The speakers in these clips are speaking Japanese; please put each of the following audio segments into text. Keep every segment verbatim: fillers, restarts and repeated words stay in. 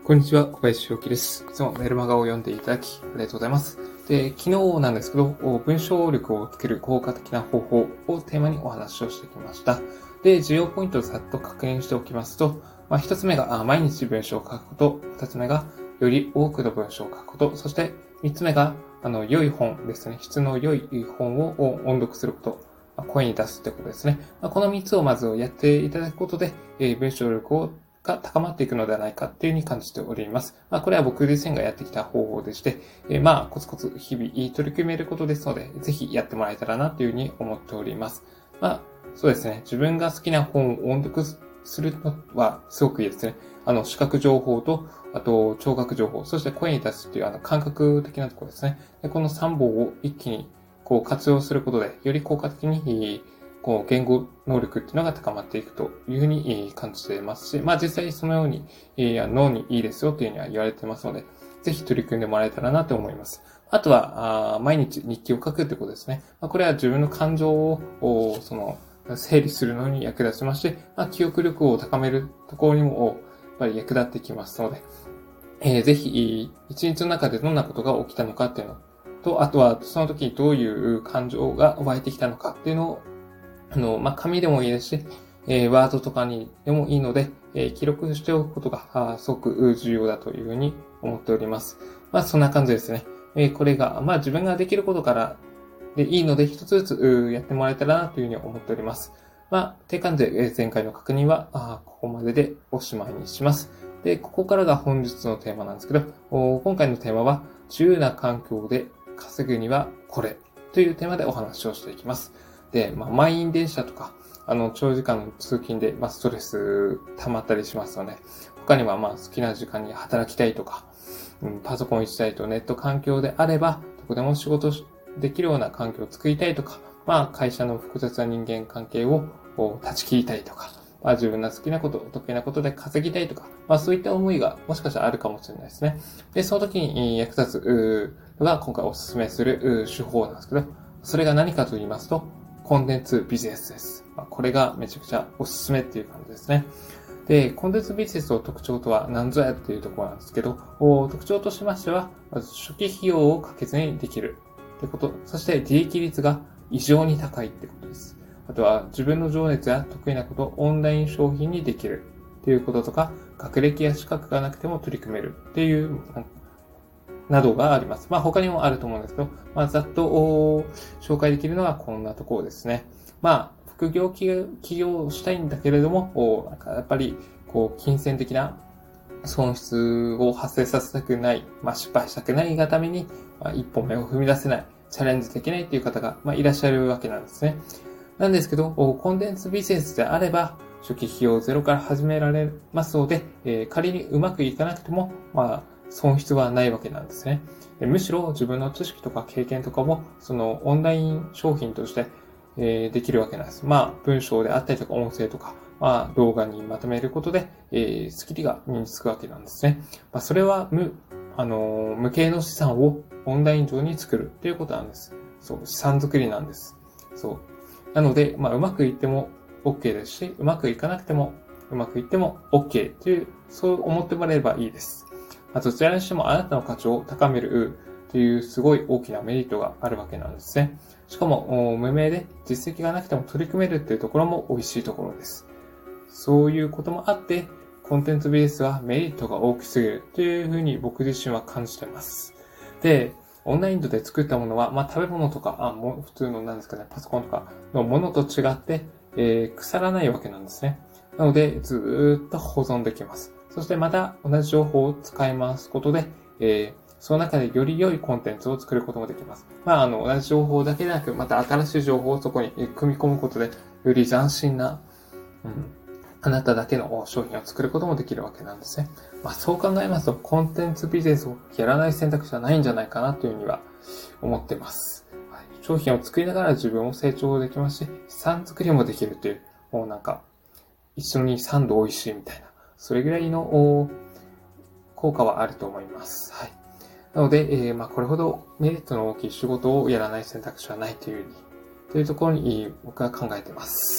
こんにちは、小林翔樹です。いつもメルマガを読んでいただき、ありがとうございます。で、昨日なんですけど、文章力をつける効果的な方法をテーマにお話をしてきました。で、重要ポイントをざっと確認しておきますと、まあ、一つ目が毎日文章を書くこと、二つ目がより多くの文章を書くこと、そして三つ目が、あの、良い本ですね。質の良い本を音読すること。声に出すってことですね。この三つをまずやっていただくことで、文章力をが高まっていくのではないかっていうふうに感じております。まあ、これは僕自身がやってきた方法でして、えー、まあ、コツコツ日々取り組めることですので、ぜひやってもらえたらなというふうに思っております。まあ、そうですね。自分が好きな本を音読するのはすごくいいですね。あの、視覚情報と、あと、聴覚情報、そして声に出すっていうあの感覚的なところですね。でこのさんぼんを一気にこう活用することで、より効果的にこう言語能力っていうのが高まっていくというふうに感じていますし、まあ実際そのように脳にいいですよというふうには言われてますので、ぜひ取り組んでもらえたらなと思います。あとは、毎日日記を書くってことですね。これは自分の感情を、その、整理するのに役立ちまして、まあ、記憶力を高めるところにも、やっぱり役立ってきますので、えー、ぜひ、一日の中でどんなことが起きたのかっていうのと、あとはその時どういう感情が湧いてきたのかっていうのをあの、まあ、紙でもいいですし、えー、ワードとかにでもいいので、えー、記録しておくことが、すごく重要だというふうに思っております。まあ、そんな感じですね。えー、これが、まあ、自分ができることからでいいので、一つずつやってもらえたらなというふうに思っております。まあ、って感じで、前回の確認は、あここまででおしまいにします。で、ここからが本日のテーマなんですけど、今回のテーマは、自由な環境で稼ぐにはこれというテーマでお話をしていきます。で、まあ、満員電車とか、あの、長時間の通勤で、まあ、ストレス溜まったりしますので、他には、まあ、好きな時間に働きたいとか、うん、パソコン一台とネット環境であれば、どこでも仕事できるような環境を作りたいとか、まあ、会社の複雑な人間関係を断ち切りたいとか、まあ、自分の好きなこと、得意なことで稼ぎたいとか、まあ、そういった思いがもしかしたらあるかもしれないですね。で、その時に役立つのが今回お勧めする手法なんですけど、それが何かと言いますと、コンテンツビジネスです。これがめちゃくちゃおすすめっていう感じですね。で、コンテンツビジネスの特徴とは何ぞやっていうところなんですけど、特徴としましては、まず初期費用をかけずにできるってこと、そして利益率が異常に高いってことです。あとは自分の情熱や得意なことをオンライン商品にできるっていうこととか、学歴や資格がなくても取り組めるっていうなどがあります。まあ他にもあると思うんですけど、まあざっと紹介できるのはこんなところですね。まあ副業起業したいんだけれども、なんかやっぱりこう金銭的な損失を発生させたくない、まあ失敗したくないがために、まあ、一歩目を踏み出せない、チャレンジできないっていう方が、まあ、いらっしゃるわけなんですね。なんですけど、コンテンツビジネスであれば、初期費用ゼロから始められますので、えー、仮にうまくいかなくても、まあ損失はないわけなんですね。むしろ自分の知識とか経験とかも、そのオンライン商品として、えー、できるわけなんです。まあ、文章であったりとか音声とか、まあ、動画にまとめることで、えー、スキルが身につくわけなんですね。まあ、それは無、あのー、無形の資産をオンライン上に作るっていうことなんです。そう、資産作りなんです。そう。なので、まあ、うまくいっても OK ですし、うまくいかなくても、うまくいっても OK という、そう思ってもらえればいいです。どちらにしてもあなたの価値を高めるというすごい大きなメリットがあるわけなんですね。しかも、無名で実績がなくても取り組めるっていうところも美味しいところです。そういうこともあって、コンテンツベースはメリットが大きすぎるというふうに僕自身は感じています。で、オンラインで作ったものは、まあ食べ物とか、あ、もう普通のなんですかね、パソコンとかのものと違って、えー、腐らないわけなんですね。なので、ずーっと保存できます。そしてまた同じ情報を使い回すことで、えー、その中でより良いコンテンツを作ることもできます。まあ、あの、同じ情報だけでなく、また新しい情報をそこに組み込むことで、より斬新な、うん、あなただけの商品を作ることもできるわけなんですね。まあ、そう考えますと、コンテンツビジネスをやらない選択肢はないんじゃないかなというふうには思ってます。はい、商品を作りながら自分を成長できますし、資産作りもできるという、もうなんか、一緒に三度美味しいみたいな、それぐらいの効果はあると思います。はい。なので、えー、まあ、これほどメリットの大きい仕事をやらない選択肢はないというふうに、というところに僕は考えています。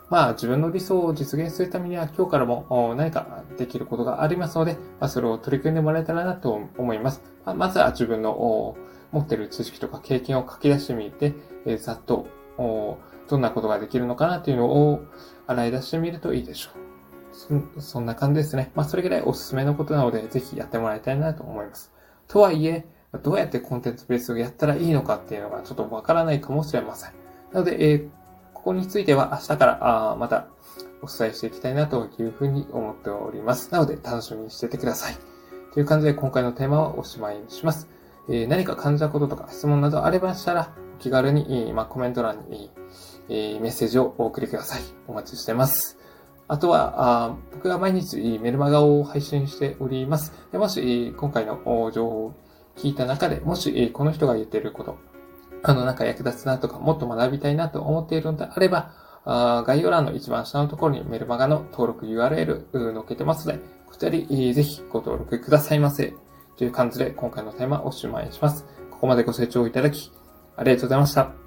まあ自分の理想を実現するためには今日からも何かできることがありますので、まあ、それを取り組んでもらえたらなと思います。まあ、まずは自分の持っている知識とか経験を書き出してみて、えー、ざっとどんなことができるのかなというのを洗い出してみるといいでしょう。そ, そんな感じですね。まあそれぐらいおすすめのことなので、ぜひやってもらいたいなと思います。とはいえ、どうやってコンテンツベースをやったらいいのかっていうのがちょっとわからないかもしれません。なので、えー、ここについては明日からあまたお伝えしていきたいなというふうに思っております。なので楽しみにしててください。という感じで今回のテーマはおしまいにします。えー、何か感じたこととか質問などあればしたら、お気軽に、まあ、コメント欄に、えー、メッセージをお送りください。お待ちしてます。あとは、あ僕が毎日メルマガを配信しております。でもし、今回の情報を聞いた中で、もし、この人が言っていること、あの、なんか役立つなとか、もっと学びたいなと思っているのであれば、あ概要欄の一番下のところにメルマガの登録 ユーアールエル載っけてますので、こちらにぜひご登録くださいませ。という感じで今回のテーマをおしまいにします。ここまでご清聴いただき、ありがとうございました。